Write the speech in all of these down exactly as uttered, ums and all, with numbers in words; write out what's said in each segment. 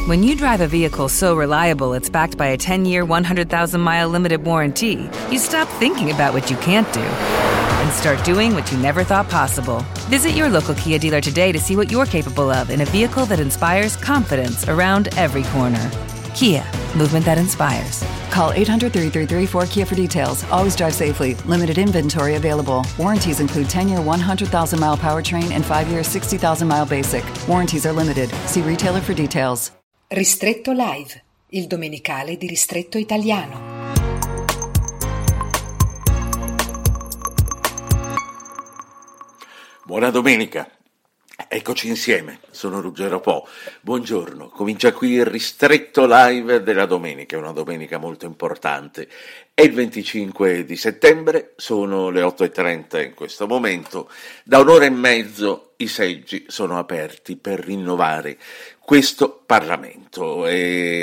When you drive a vehicle so reliable it's backed by a ten-year, one hundred thousand mile limited warranty, you stop thinking about what you can't do and start doing what you never thought possible. Visit your local Kia dealer today to see what you're capable of in a vehicle that inspires confidence around every corner. Kia, movement that inspires. Call eight hundred, three three three, four K I A for details. Always drive safely. Limited inventory available. Warranties include ten-year, one hundred thousand mile powertrain and five-year, sixty thousand mile basic. Warranties are limited. See retailer for details. Ristretto Live, il domenicale di Ristretto Italiano. Buona domenica, eccoci insieme, sono Ruggero Po, buongiorno, comincia qui il Ristretto Live della domenica, una domenica molto importante, è il venticinque di settembre, sono le otto e trenta in questo momento, da un'ora e mezzo i seggi sono aperti per rinnovare questo Parlamento e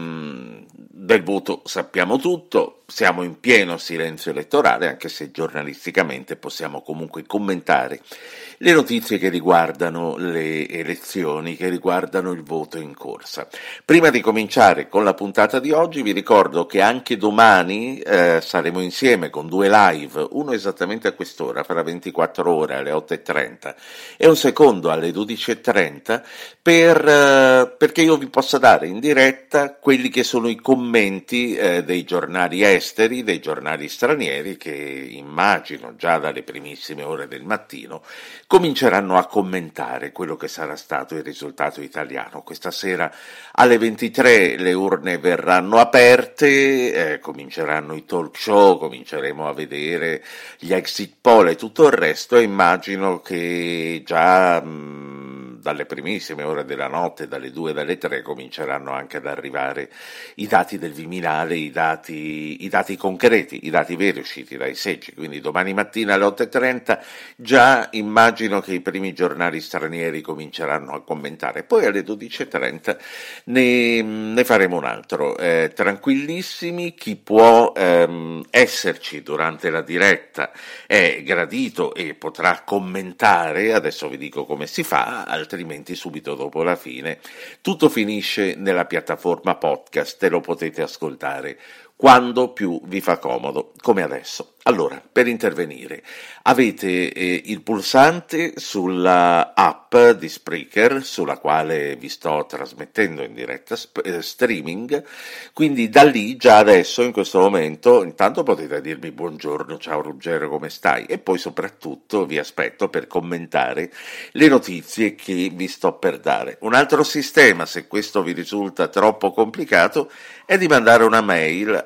mh, del voto sappiamo tutto, siamo in pieno silenzio elettorale, anche se giornalisticamente possiamo comunque commentare le notizie che riguardano le elezioni, che riguardano il voto in corsa. Prima di cominciare con la puntata di oggi vi ricordo che anche domani eh, saremo insieme con due live, uno esattamente a quest'ora, fra ventiquattro ore alle otto e trenta e un secondo alle dodici e trenta per, eh, perché io vi possa dare in diretta quelli che sono i commenti eh, dei giornali esteri, dei giornali stranieri che immagino già dalle primissime ore del mattino cominceranno a commentare quello che sarà stato il risultato italiano. Questa sera alle ventitré le urne verranno aperte, eh, cominceranno i talk show, cominceremo a vedere gli exit poll e tutto il resto e immagino che già mh, dalle primissime ore della notte, dalle due, dalle tre, cominceranno anche ad arrivare i dati del Viminale, i dati, i dati concreti, i dati veri usciti dai seggi, quindi domani mattina alle otto e trenta già immagino che i primi giornali stranieri cominceranno a commentare, poi alle dodici e trenta ne, ne faremo un altro, eh, tranquillissimi, chi può ehm, esserci durante la diretta è gradito e potrà commentare, adesso vi dico come si fa, altrimenti subito dopo la fine tutto finisce nella piattaforma podcast e lo potete ascoltare quando più vi fa comodo, come adesso. Allora, per intervenire, avete eh, il pulsante sulla app di Spreaker, sulla quale vi sto trasmettendo in diretta sp- eh, streaming, quindi da lì, già adesso, in questo momento, intanto potete dirmi buongiorno, ciao Ruggero, come stai? E poi soprattutto vi aspetto per commentare le notizie che vi sto per dare. Un altro sistema, se questo vi risulta troppo complicato, è di mandare una mail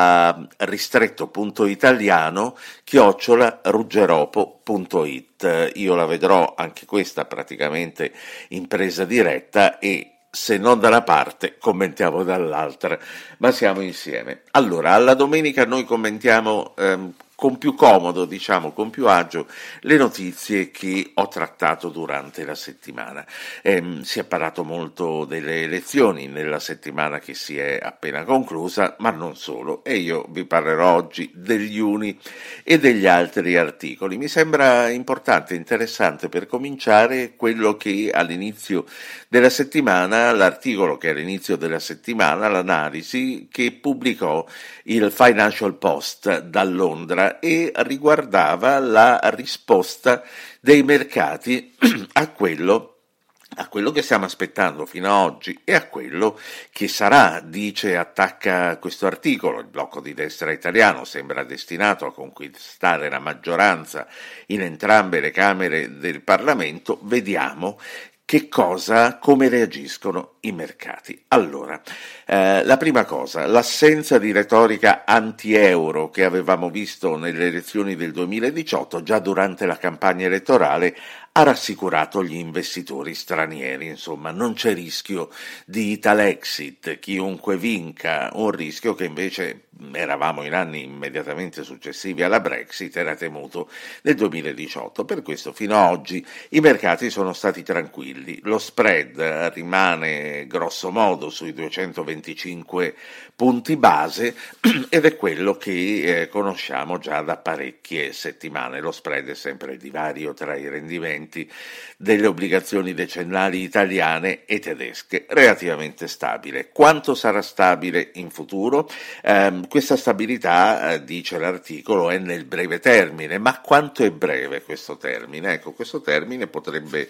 a ristretto punto italiano chiocciola ruggeropo punto it. Io la vedrò anche questa praticamente in presa diretta e se non da una parte commentiamo dall'altra, ma siamo insieme. Allora, alla domenica noi commentiamo ehm, con più comodo, diciamo, con più agio, le notizie che ho trattato durante la settimana. Eh, si è parlato molto delle elezioni nella settimana che si è appena conclusa, ma non solo, e io vi parlerò oggi degli uni e degli altri articoli. Mi sembra importante e interessante per cominciare quello che all'inizio della settimana, l'articolo che all'inizio della settimana, l'analisi che pubblicò il Financial Post da Londra e riguardava la risposta dei mercati a quello a quello che stiamo aspettando fino ad oggi e a quello che sarà, dice, attacca questo articolo, il blocco di destra italiano sembra destinato a conquistare la maggioranza in entrambe le Camere del Parlamento, vediamo che cosa, come reagiscono i mercati. Allora, eh, la prima cosa, l'assenza di retorica anti-euro che avevamo visto nelle elezioni del duemiladiciotto, già durante la campagna elettorale, ha rassicurato gli investitori stranieri, insomma non c'è rischio di Italexit, chiunque vinca, un rischio che invece eravamo in anni immediatamente successivi alla Brexit, era temuto nel duemiladiciotto, per questo fino ad oggi i mercati sono stati tranquilli, lo spread rimane grosso modo sui duecentoventicinque punti base ed è quello che eh, conosciamo già da parecchie settimane, lo spread è sempre il divario tra i rendimenti rendimenti delle obbligazioni decennali italiane e tedesche, relativamente stabile. Quanto sarà stabile in futuro? Eh, questa stabilità, eh, dice l'articolo, è nel breve termine, ma quanto è breve questo termine? Ecco, questo termine potrebbe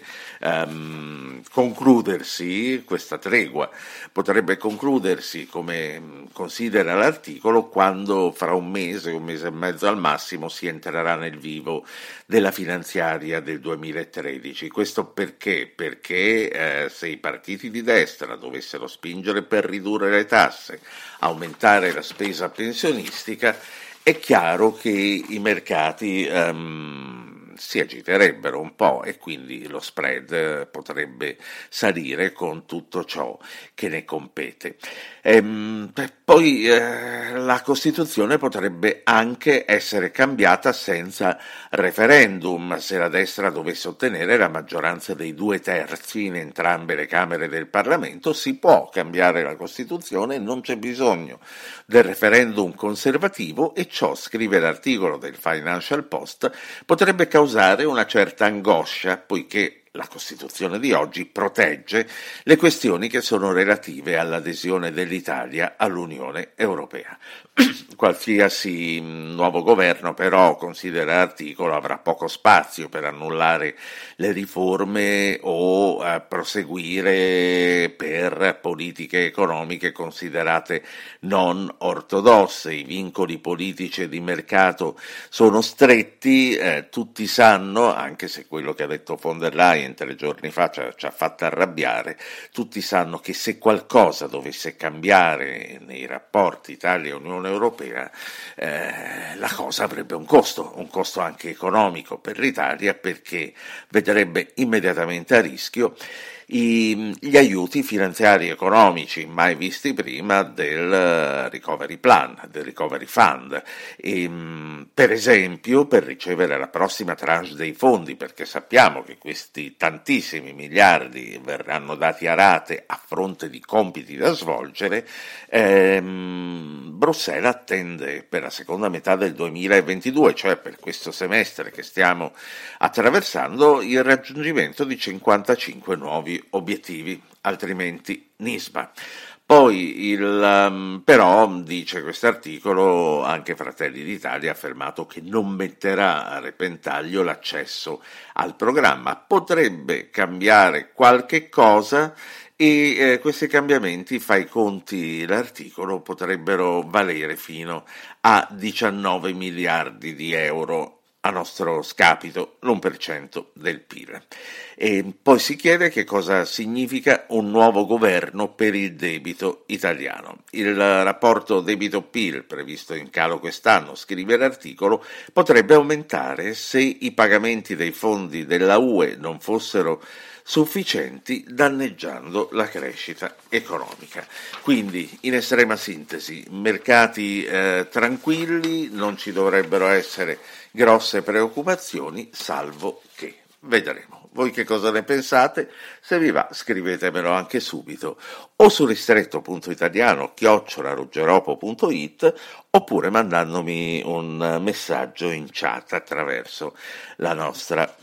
ehm, concludersi, questa tregua potrebbe concludersi, come considera l'articolo, quando fra un mese, un mese e mezzo al massimo, si entrerà nel vivo della finanziaria del duemilatredici. Questo perché? Perché eh, se i partiti di destra dovessero spingere per ridurre le tasse, aumentare la spesa pensionistica, è chiaro che i mercati um, si agiterebbero un po' e quindi lo spread potrebbe salire con tutto ciò che ne compete. Ehm, poi eh, la Costituzione potrebbe anche essere cambiata senza referendum se la destra dovesse ottenere la maggioranza dei due terzi in entrambe le Camere del Parlamento. Si può cambiare la Costituzione, non c'è bisogno del referendum conservativo e ciò, scrive l'articolo del Financial Post, potrebbe causare una certa angoscia, poiché la Costituzione di oggi protegge le questioni che sono relative all'adesione dell'Italia all'Unione Europea. Qualsiasi nuovo governo, però, considera l'articolo, avrà poco spazio per annullare le riforme o eh, proseguire per politiche economiche considerate non ortodosse. I vincoli politici e di mercato sono stretti, eh, tutti sanno, anche se quello che ha detto von der Leyen tre giorni fa ci ha, ci ha fatto arrabbiare, tutti sanno che se qualcosa dovesse cambiare nei rapporti Italia-Unione Europea, eh, la cosa avrebbe un costo, un costo anche economico per l'Italia, perché vedrebbe immediatamente a rischio I, gli aiuti finanziari e economici mai visti prima del Recovery Plan, del Recovery Fund, e, per esempio per ricevere la prossima tranche dei fondi, perché sappiamo che questi tantissimi miliardi verranno dati a rate a fronte di compiti da svolgere. ehm, Bruxelles attende per la seconda metà del duemilaventidue, cioè per questo semestre che stiamo attraversando, il raggiungimento di cinquantacinque nuovi obiettivi, altrimenti nisba. Poi, il, um, però, dice quest'articolo, anche Fratelli d'Italia ha affermato che non metterà a repentaglio l'accesso al programma. Potrebbe cambiare qualche cosa e eh, questi cambiamenti, fa i conti l'articolo, potrebbero valere fino a diciannove miliardi di euro a nostro scapito, l'uno per cento del P I L. E poi si chiede che cosa significa un nuovo governo per il debito italiano. Il rapporto debito-P I L, previsto in calo quest'anno, scrive l'articolo, potrebbe aumentare se i pagamenti dei fondi della U E non fossero sufficienti, danneggiando la crescita economica. Quindi, in estrema sintesi, mercati eh, tranquilli, non ci dovrebbero essere grosse preoccupazioni, salvo che vedremo. Voi che cosa ne pensate? Se vi va, scrivetemelo anche subito o su ristretto punto italiano chiocciola ruggeropo punto it oppure mandandomi un messaggio in chat attraverso la nostra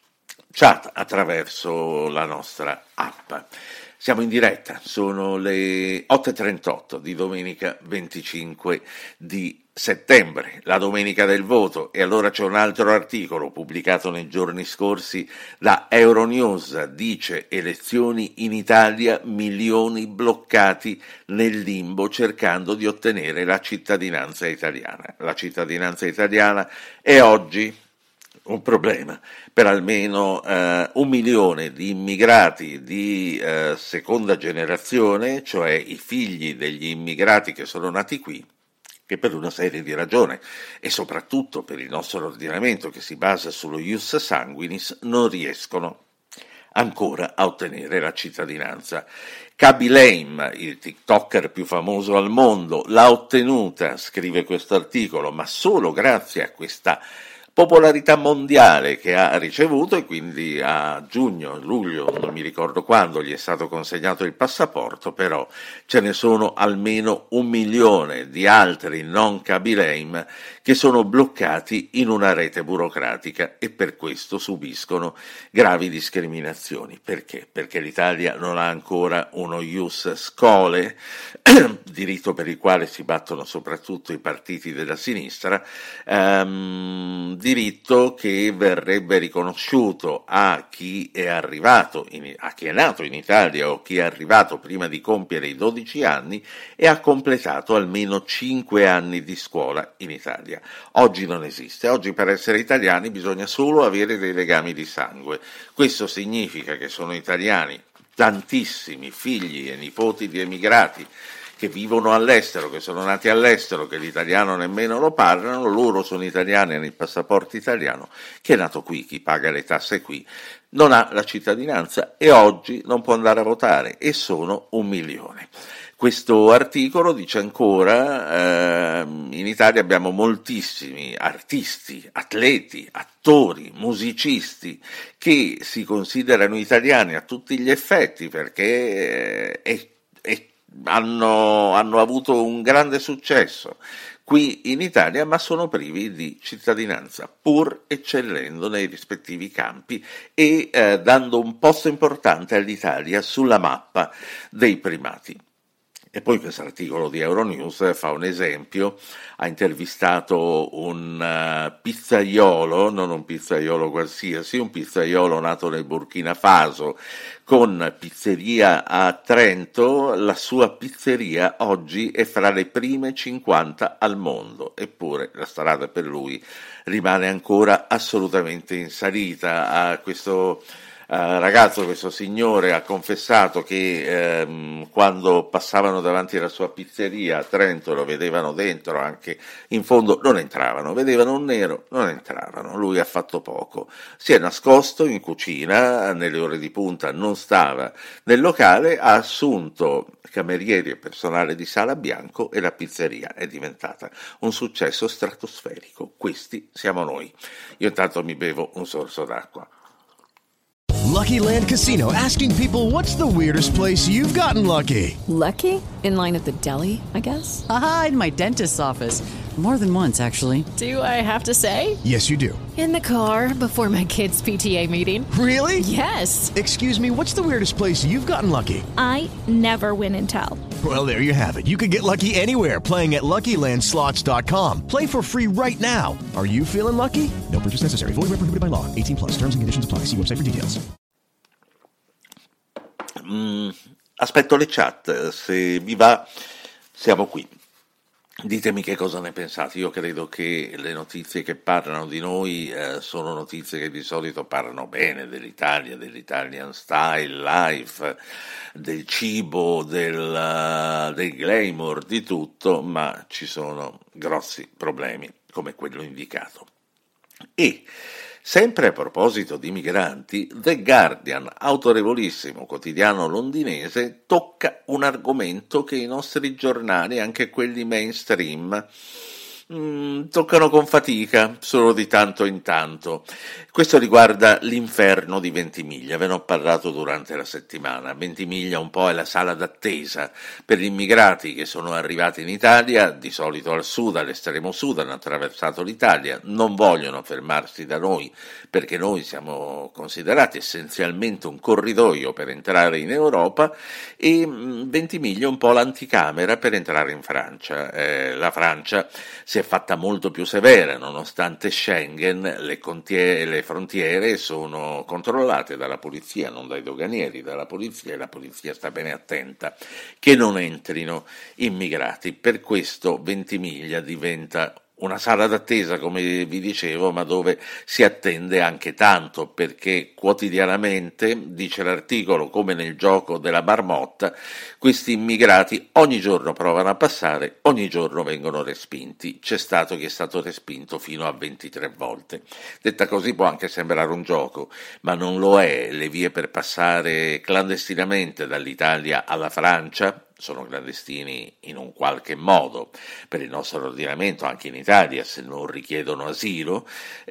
chat attraverso la nostra app. Siamo in diretta, sono le otto e trentotto di domenica venticinque di settembre, la domenica del voto, e allora c'è un altro articolo pubblicato nei giorni scorsi da Euronews, dice: elezioni in Italia, milioni bloccati nel limbo cercando di ottenere la cittadinanza italiana. La cittadinanza italiana è oggi un problema per almeno eh, un milione di immigrati di eh, seconda generazione, cioè i figli degli immigrati che sono nati qui, che per una serie di ragioni e soprattutto per il nostro ordinamento che si basa sullo ius sanguinis non riescono ancora a ottenere la cittadinanza. Khaby Lame, il TikToker più famoso al mondo, l'ha ottenuta, scrive questo articolo, ma solo grazie a questa popolarità mondiale che ha ricevuto, e quindi a giugno, luglio, non mi ricordo quando, gli è stato consegnato il passaporto, però ce ne sono almeno un milione di altri non Kabileim che sono bloccati in una rete burocratica e per questo subiscono gravi discriminazioni. Perché? Perché l'Italia non ha ancora uno ius scholae, diritto per il quale si battono soprattutto i partiti della sinistra, ehm, diritto che verrebbe riconosciuto a chi è arrivato, in, a chi è nato in Italia o chi è arrivato prima di compiere i dodici anni e ha completato almeno cinque anni di scuola in Italia. Oggi non esiste, oggi per essere italiani bisogna solo avere dei legami di sangue. Questo significa che sono italiani tantissimi figli e nipoti di emigrati che vivono all'estero, che sono nati all'estero, che l'italiano nemmeno lo parlano, loro sono italiani, hanno il passaporto italiano, chi è nato qui, chi paga le tasse qui, non ha la cittadinanza e oggi non può andare a votare, e sono un milione. Questo articolo dice ancora, eh, in Italia abbiamo moltissimi artisti, atleti, attori, musicisti che si considerano italiani a tutti gli effetti perché eh, è, è, hanno, hanno avuto un grande successo qui in Italia, ma sono privi di cittadinanza, pur eccellendo nei rispettivi campi e eh, dando un posto importante all'Italia sulla mappa dei primati. E poi questo articolo di Euronews fa un esempio, ha intervistato un uh, pizzaiolo, non un pizzaiolo qualsiasi, un pizzaiolo nato nel Burkina Faso, con pizzeria a Trento. La sua pizzeria oggi è fra le prime cinquanta al mondo, eppure la strada per lui rimane ancora assolutamente in salita. A questo Uh, ragazzo, questo signore ha confessato che ehm, quando passavano davanti alla sua pizzeria a Trento lo vedevano dentro, anche in fondo non entravano, vedevano un nero, non entravano, lui ha fatto poco, si è nascosto in cucina, nelle ore di punta non stava nel locale, ha assunto camerieri e personale di sala bianco e la pizzeria è diventata un successo stratosferico. Questi siamo noi. Io intanto mi bevo un sorso d'acqua. Lucky Land Casino, asking people, what's the weirdest place you've gotten lucky? Lucky? In line at the deli, I guess? Aha, in my dentist's office. More than once, actually. Do I have to say? Yes, you do. In the car before my kids' P T A meeting. Really? Yes. Excuse me, what's the weirdest place you've gotten lucky? I never win and tell. Well, there you have it. You can get lucky anywhere, playing at Lucky Land Slots dot com. Play for free right now. Are you feeling lucky? No purchase necessary. Void where prohibited by law. eighteen plus. Terms and conditions apply. See website for details. Mm, aspetto le chat, se vi va siamo qui. Ditemi che cosa ne pensate. Io credo che le notizie che parlano di noi eh, sono notizie che di solito parlano bene dell'Italia, dell'Italian style life, del cibo, del, uh, del glamour, di tutto, ma ci sono grossi problemi come quello indicato. E sempre a proposito di migranti, The Guardian, autorevolissimo quotidiano londinese, tocca un argomento che i nostri giornali, anche quelli mainstream, mh, toccano con fatica, solo di tanto in tanto. Questo riguarda l'inferno di Ventimiglia, ve ne ho parlato durante la settimana. Ventimiglia un po' è la sala d'attesa per gli immigrati che sono arrivati in Italia, di solito al sud, all'estremo sud, hanno attraversato l'Italia, non vogliono fermarsi da noi perché noi siamo considerati essenzialmente un corridoio per entrare in Europa, e Ventimiglia è un po' l'anticamera per entrare in Francia. Eh, la Francia si è fatta molto più severa, nonostante Schengen, le, contie- le frontiere sono controllate dalla polizia, non dai doganieri, dalla polizia, e la polizia sta bene attenta che non entrino immigrati. Per questo Ventimiglia diventa una sala d'attesa, come vi dicevo, ma dove si attende anche tanto, perché quotidianamente, dice l'articolo, come nel gioco della marmotta, questi immigrati ogni giorno provano a passare, ogni giorno vengono respinti. C'è stato chi è stato respinto fino a ventitré volte. Detta così può anche sembrare un gioco, ma non lo è. Le vie per passare clandestinamente dall'Italia alla Francia sono clandestini in un qualche modo per il nostro ordinamento, anche in Italia, se non richiedono asilo,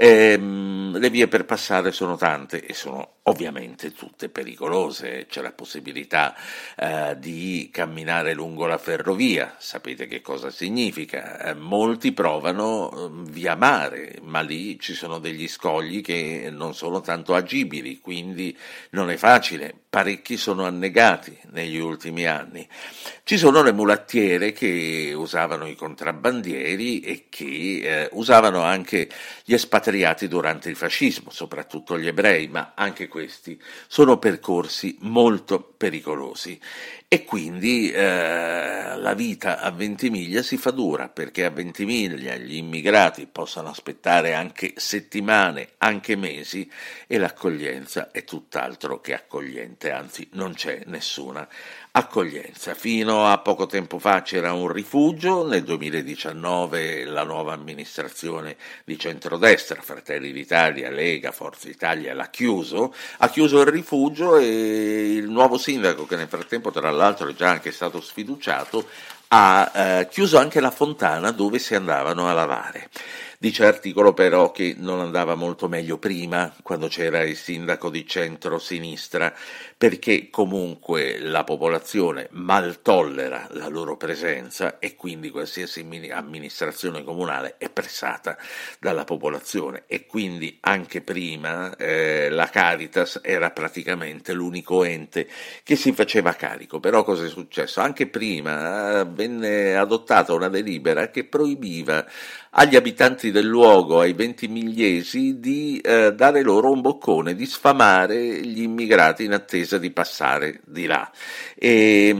ehm, le vie per passare sono tante e sono ovviamente tutte pericolose. C'è la possibilità eh, di camminare lungo la ferrovia, sapete che cosa significa, eh, molti provano eh, via mare, ma lì ci sono degli scogli che non sono tanto agibili, quindi non è facile. Parecchi sono annegati negli ultimi anni. Ci sono le mulattiere che usavano i contrabbandieri e che eh, usavano anche gli espatriati durante il fascismo, soprattutto gli ebrei, ma anche questi sono percorsi molto pericolosi. E quindi eh, la vita a Ventimiglia si fa dura, perché a Ventimiglia gli immigrati possono aspettare anche settimane, anche mesi, e l'accoglienza è tutt'altro che accogliente, anzi non c'è nessuna accoglienza. Fino a poco tempo fa c'era un rifugio, nel duemiladiciannove la nuova amministrazione di centrodestra, Fratelli d'Italia, Lega, Forza Italia, l'ha chiuso, ha chiuso il rifugio e il nuovo sindaco, che nel frattempo tra l'altro è già anche stato sfiduciato, ha eh, chiuso anche la fontana dove si andavano a lavare. Dice l'articolo però che non andava molto meglio prima, quando c'era il sindaco di centro-sinistra, perché comunque la popolazione mal tollera la loro presenza e quindi qualsiasi amministrazione comunale è pressata dalla popolazione, e quindi anche prima eh, la Caritas era praticamente l'unico ente che si faceva carico. Però cosa è successo? Anche prima eh, venne adottata una delibera che proibiva agli abitanti del luogo, ai ventimigliesi, di eh, dare loro un boccone, di sfamare gli immigrati in attesa di passare di là. E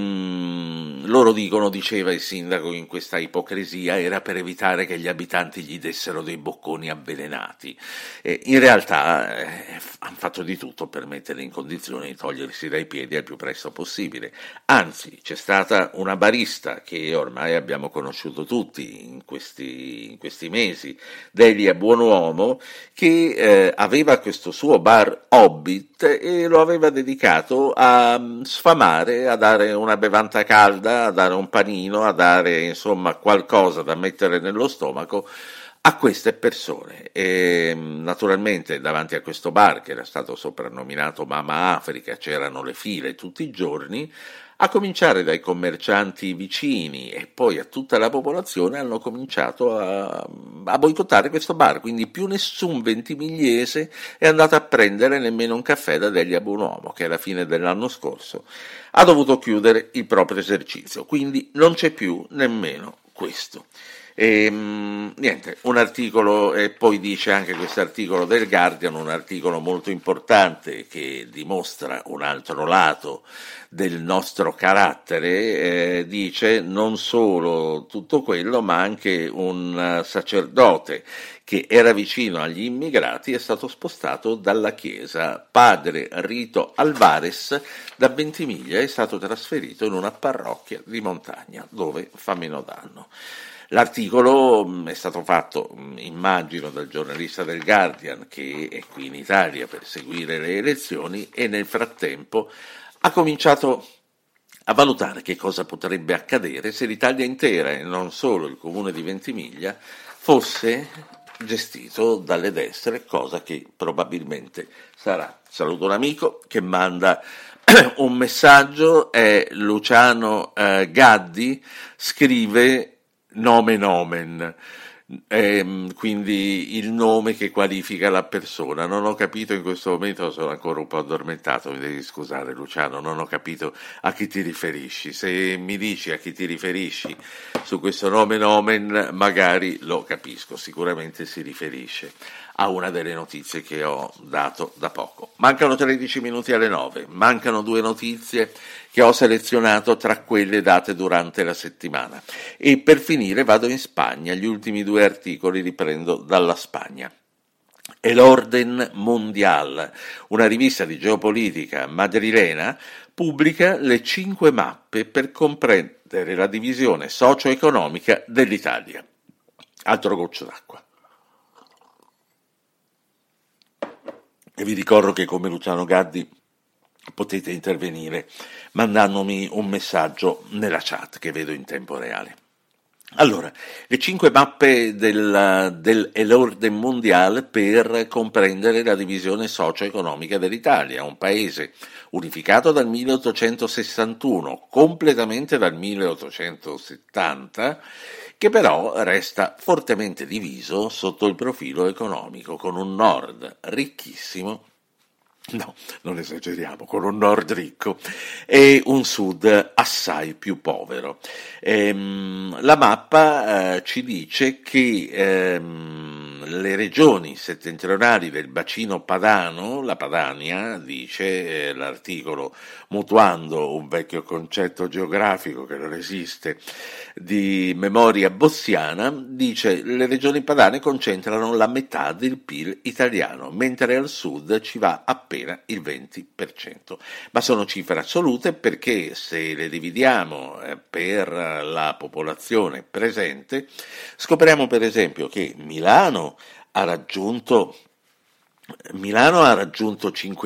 mh, loro dicono, diceva il sindaco in questa ipocrisia, era per evitare che gli abitanti gli dessero dei bocconi avvelenati. E in realtà eh, hanno fatto di tutto per metterli in condizione di togliersi dai piedi al più presto possibile. Anzi, c'è stata una barista che ormai abbiamo conosciuto tutti in questi, in questi mesi, Delia Buonuomo, che eh, aveva questo suo bar Hobbit e lo aveva dedicato a um, sfamare, a dare una bevanda calda, a dare un panino, a dare insomma qualcosa da mettere nello stomaco a queste persone. E naturalmente davanti a questo bar, che era stato soprannominato Mama Africa, c'erano le file tutti i giorni, a cominciare dai commercianti vicini e poi a tutta la popolazione. Hanno cominciato a, a boicottare questo bar, quindi più nessun ventimigliese è andato a prendere nemmeno un caffè da Delia Buonuomo, che alla fine dell'anno scorso ha dovuto chiudere il proprio esercizio, quindi non c'è più nemmeno questo. E, mh, niente, un articolo, e poi dice anche questo articolo del Guardian, un articolo molto importante che dimostra un altro lato del nostro carattere, eh, dice non solo tutto quello, ma anche un sacerdote che era vicino agli immigrati è stato spostato dalla chiesa. Padre Rito Alvarez da Ventimiglia è stato trasferito in una parrocchia di montagna dove fa meno danno. L'articolo è stato fatto, immagino, dal giornalista del Guardian, che è qui in Italia per seguire le elezioni, e nel frattempo ha cominciato a valutare che cosa potrebbe accadere se l'Italia intera, e non solo il comune di Ventimiglia, fosse gestito dalle destre, cosa che probabilmente sarà. Saluto un amico che manda un messaggio, è Luciano eh, Gaddi, scrive nomen omen, eh, quindi il nome che qualifica la persona. Non ho capito in questo momento, sono ancora un po' addormentato, mi devi scusare Luciano, non ho capito a chi ti riferisci. Se mi dici a chi ti riferisci su questo nomen omen magari lo capisco, sicuramente si riferisce a una delle notizie che ho dato da poco. Mancano tredici minuti alle nove, mancano due notizie che ho selezionato tra quelle date durante la settimana, e per finire vado in Spagna. Gli ultimi due articoli li prendo dalla Spagna. El Orden Mundial, una rivista di geopolitica madrilena, pubblica le cinque mappe per comprendere la divisione socio-economica dell'Italia. Altro goccio d'acqua. E vi ricordo che, come Luciano Gaddi potete intervenire mandandomi un messaggio nella chat che vedo in tempo reale. Allora, le cinque mappe del, dell'Ordine Mondiale per comprendere la divisione socio-economica dell'Italia, un paese unificato dal milleottocentosessantuno, completamente dal milleottocentosettanta, che però resta fortemente diviso sotto il profilo economico, con un nord ricchissimo, no, non esageriamo, con un nord ricco e un sud assai più povero. Ehm, la mappa eh, ci dice che ehm, le regioni settentrionali del bacino padano, la Padania, dice eh, l'articolo, mutuando un vecchio concetto geografico che non esiste, di memoria bossiana, dice le regioni padane concentrano la metà del P I L italiano, mentre al sud ci va appena il venti per cento. Ma sono cifre assolute, perché se le dividiamo eh, per la popolazione presente, scopriamo per esempio che Milano ha raggiunto Milano ha raggiunto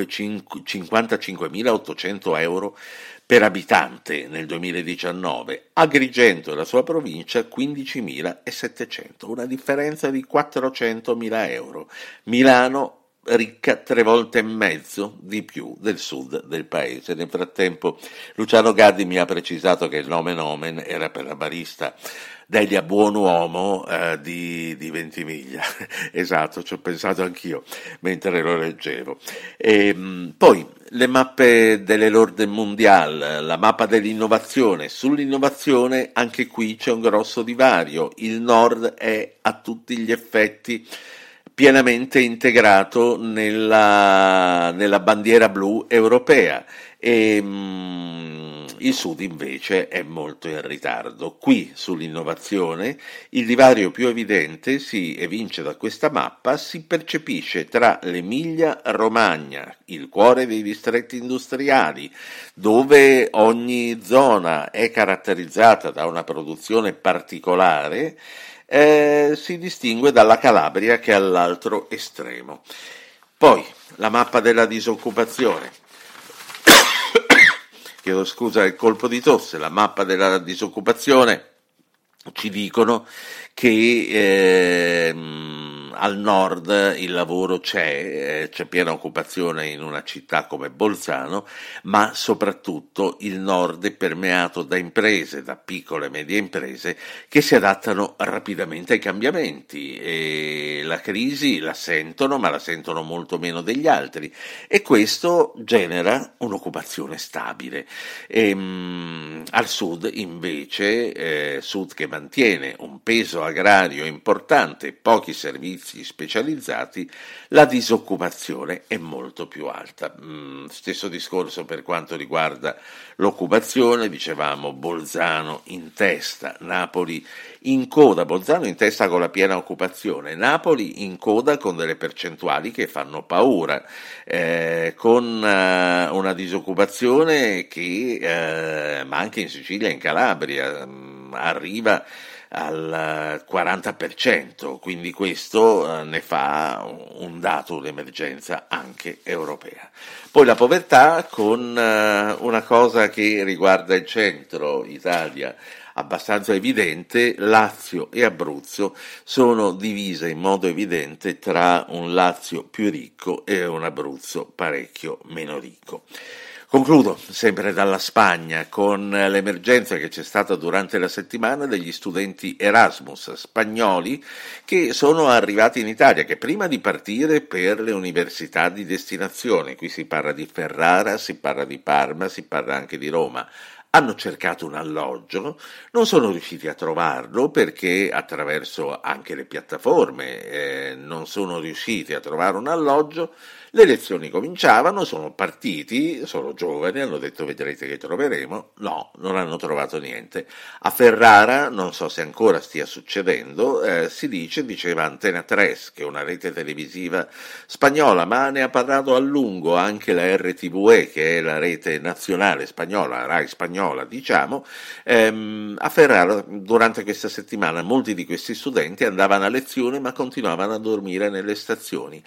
cinquantacinquemilaottocento euro per abitante nel duemiladiciannove, Agrigento e la sua provincia quindicimilasettecento, una differenza di quattrocentomila euro. Milano ricca tre volte e mezzo di più del sud del paese. Nel frattempo Luciano Gaddi mi ha precisato che il nomen omen era per la barista Delia Buonuomo eh, di, di Ventimiglia. Esatto, ci ho pensato anch'io mentre lo leggevo. E, mh, poi le mappe dell'Ordine Mondiale, la mappa dell'innovazione. Sull'innovazione anche qui c'è un grosso divario. Il nord è a tutti gli effetti pienamente integrato nella, nella bandiera blu europea e mm, il sud invece è molto in ritardo. Qui sull'innovazione il divario più evidente si evince da questa mappa, si percepisce tra l'Emilia-Romagna, il cuore dei distretti industriali, dove ogni zona è caratterizzata da una produzione particolare, Eh, si distingue dalla Calabria, che è all'altro estremo. Poi la mappa della disoccupazione. Chiedo scusa il colpo di tosse. La mappa della disoccupazione ci dicono che eh, al nord il lavoro c'è, eh, c'è piena occupazione in una città come Bolzano, ma soprattutto il nord è permeato da imprese, da piccole e medie imprese che si adattano rapidamente ai cambiamenti e la crisi la sentono, ma la sentono molto meno degli altri, e questo genera un'occupazione stabile. E, mh, al sud invece, eh, sud che mantiene un peso agrario importante, pochi servizi specializzati, la disoccupazione è molto più alta. Mm, stesso discorso per quanto riguarda l'occupazione, dicevamo Bolzano in testa, Napoli in coda, Bolzano in testa con la piena occupazione, Napoli in coda con delle percentuali che fanno paura, eh, con uh, una disoccupazione che, eh, ma anche in Sicilia e in Calabria, mh, arriva al quaranta per cento, quindi questo eh, ne fa un dato, un'emergenza anche europea. Poi la povertà, con eh, una cosa che riguarda il centro Italia abbastanza evidente, Lazio e Abruzzo sono divise in modo evidente tra un Lazio più ricco e un Abruzzo parecchio meno ricco. Concludo sempre dalla Spagna con l'emergenza che c'è stata durante la settimana degli studenti Erasmus spagnoli che sono arrivati in Italia, che prima di partire per le università di destinazione, qui si parla di Ferrara, si parla di Parma, si parla anche di Roma, hanno cercato un alloggio, non sono riusciti a trovarlo perché attraverso anche le piattaforme eh, non sono riusciti a trovare un alloggio. Le lezioni cominciavano, sono partiti, sono giovani, hanno detto vedrete che troveremo, no, non hanno trovato niente. A Ferrara, non so se ancora stia succedendo, eh, si dice, diceva Antena tre, che è una rete televisiva spagnola, ma ne ha parlato a lungo anche la R T V E, che è la rete nazionale spagnola, Rai spagnola, diciamo. ehm, a Ferrara durante questa settimana molti di questi studenti andavano a lezione ma continuavano a dormire nelle stazioni.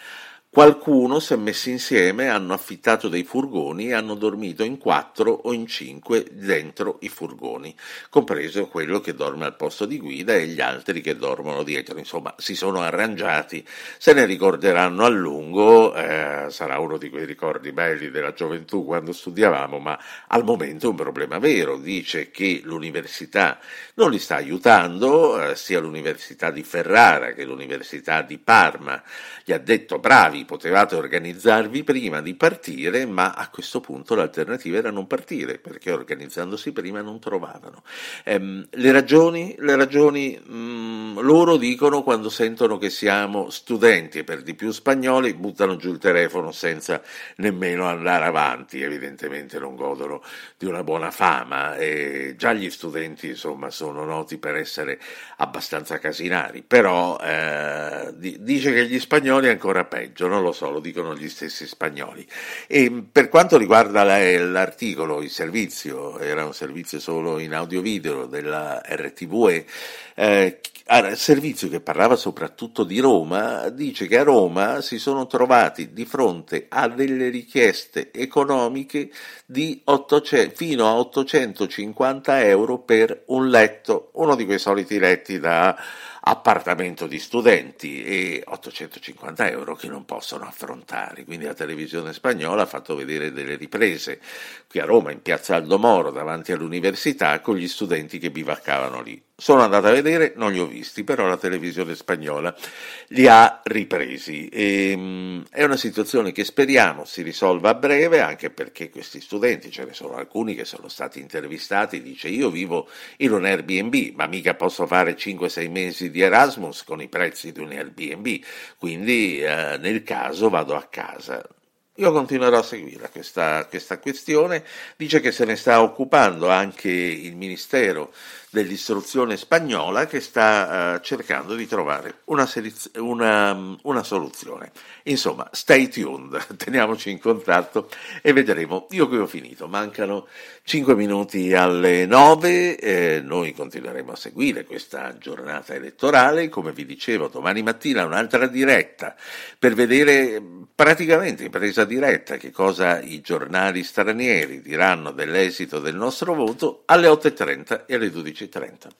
Qualcuno si è messo insieme, hanno affittato dei furgoni e hanno dormito in quattro o in cinque dentro i furgoni, compreso quello che dorme al posto di guida e gli altri che dormono dietro. Insomma, si sono arrangiati, se ne ricorderanno a lungo, eh, sarà uno di quei ricordi belli della gioventù quando studiavamo, ma al momento è un problema vero. Dice che l'università non li sta aiutando, eh, sia l'università di Ferrara che l'università di Parma. Gli ha detto: bravi, potevate organizzarvi prima di partire, ma a questo punto l'alternativa era non partire, perché organizzandosi prima non trovavano. Ehm, le ragioni, le ragioni mh, loro dicono, quando sentono che siamo studenti e per di più spagnoli, buttano giù il telefono senza nemmeno andare avanti. Evidentemente non godono di una buona fama, e già gli studenti insomma sono noti per essere abbastanza casinari, però eh, dice che gli spagnoli è ancora peggio. Non lo so, lo dicono gli stessi spagnoli. E per quanto riguarda l'articolo, il servizio, era un servizio solo in audio-video della R T V E, eh, servizio che parlava soprattutto di Roma, dice che a Roma si sono trovati di fronte a delle richieste economiche di ottocento, fino a ottocentocinquanta euro per un letto, uno di quei soliti letti da appartamento di studenti, e ottocentocinquanta euro che non possono affrontare. Quindi la televisione spagnola ha fatto vedere delle riprese qui a Roma, in piazza Aldo Moro, davanti all'università, con gli studenti che bivaccavano lì. Sono andato a vedere, non li ho visti, però la televisione spagnola li ha ripresi. E, mh, è una situazione che speriamo si risolva a breve, anche perché questi studenti, ce ne sono alcuni che sono stati intervistati, dice: io vivo in un Airbnb, ma mica posso fare cinque sei mesi di Erasmus con i prezzi di un Airbnb, quindi eh, nel caso vado a casa. Io continuerò a seguire questa, questa questione. Dice che se ne sta occupando anche il Ministero dell'istruzione spagnola, che sta uh, cercando di trovare una, seliz- una, una soluzione. Insomma, stay tuned, teniamoci in contatto e vedremo. Io qui ho finito, mancano cinque minuti alle nove, eh, noi continueremo a seguire questa giornata elettorale. Come vi dicevo, domani mattina un'altra diretta per vedere praticamente in presa diretta che cosa i giornali stranieri diranno dell'esito del nostro voto alle otto e trenta e alle dodici e trenta.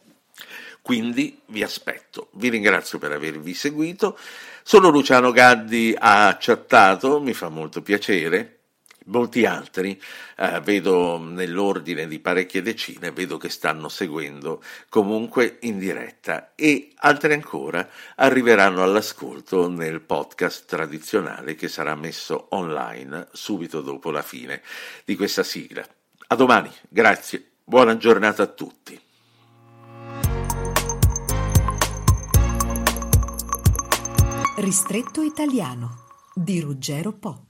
Quindi vi aspetto. Vi ringrazio per avervi seguito. Solo Luciano Gaddi ha chattato, mi fa molto piacere. Molti altri, eh, vedo nell'ordine di parecchie decine, vedo che stanno seguendo comunque in diretta, e altri ancora arriveranno all'ascolto nel podcast tradizionale che sarà messo online subito dopo la fine di questa sigla. A domani, grazie, buona giornata a tutti. Ristretto Italiano di Ruggero Po.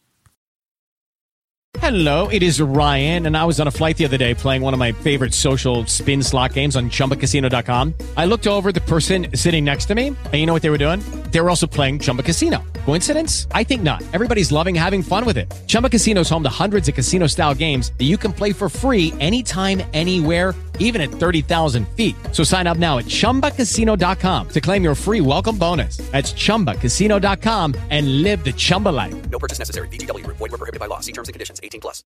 Hello, it is Ryan, and I was on a flight the other day playing one of my favorite social spin slot games on Chumba Casino dot com. I looked over at the person sitting next to me, and you know what they were doing? They were also playing Chumba Casino. Coincidence? I think not. Everybody's loving having fun with it. Chumba Casino is home to hundreds of casino-style games that you can play for free anytime, anywhere, even at thirty thousand feet. So sign up now at Chumba Casino dot com to claim your free welcome bonus. That's Chumba Casino dot com and live the Chumba life. No purchase necessary. V G W. Void where prohibited by law. See terms and conditions. eighteen plus.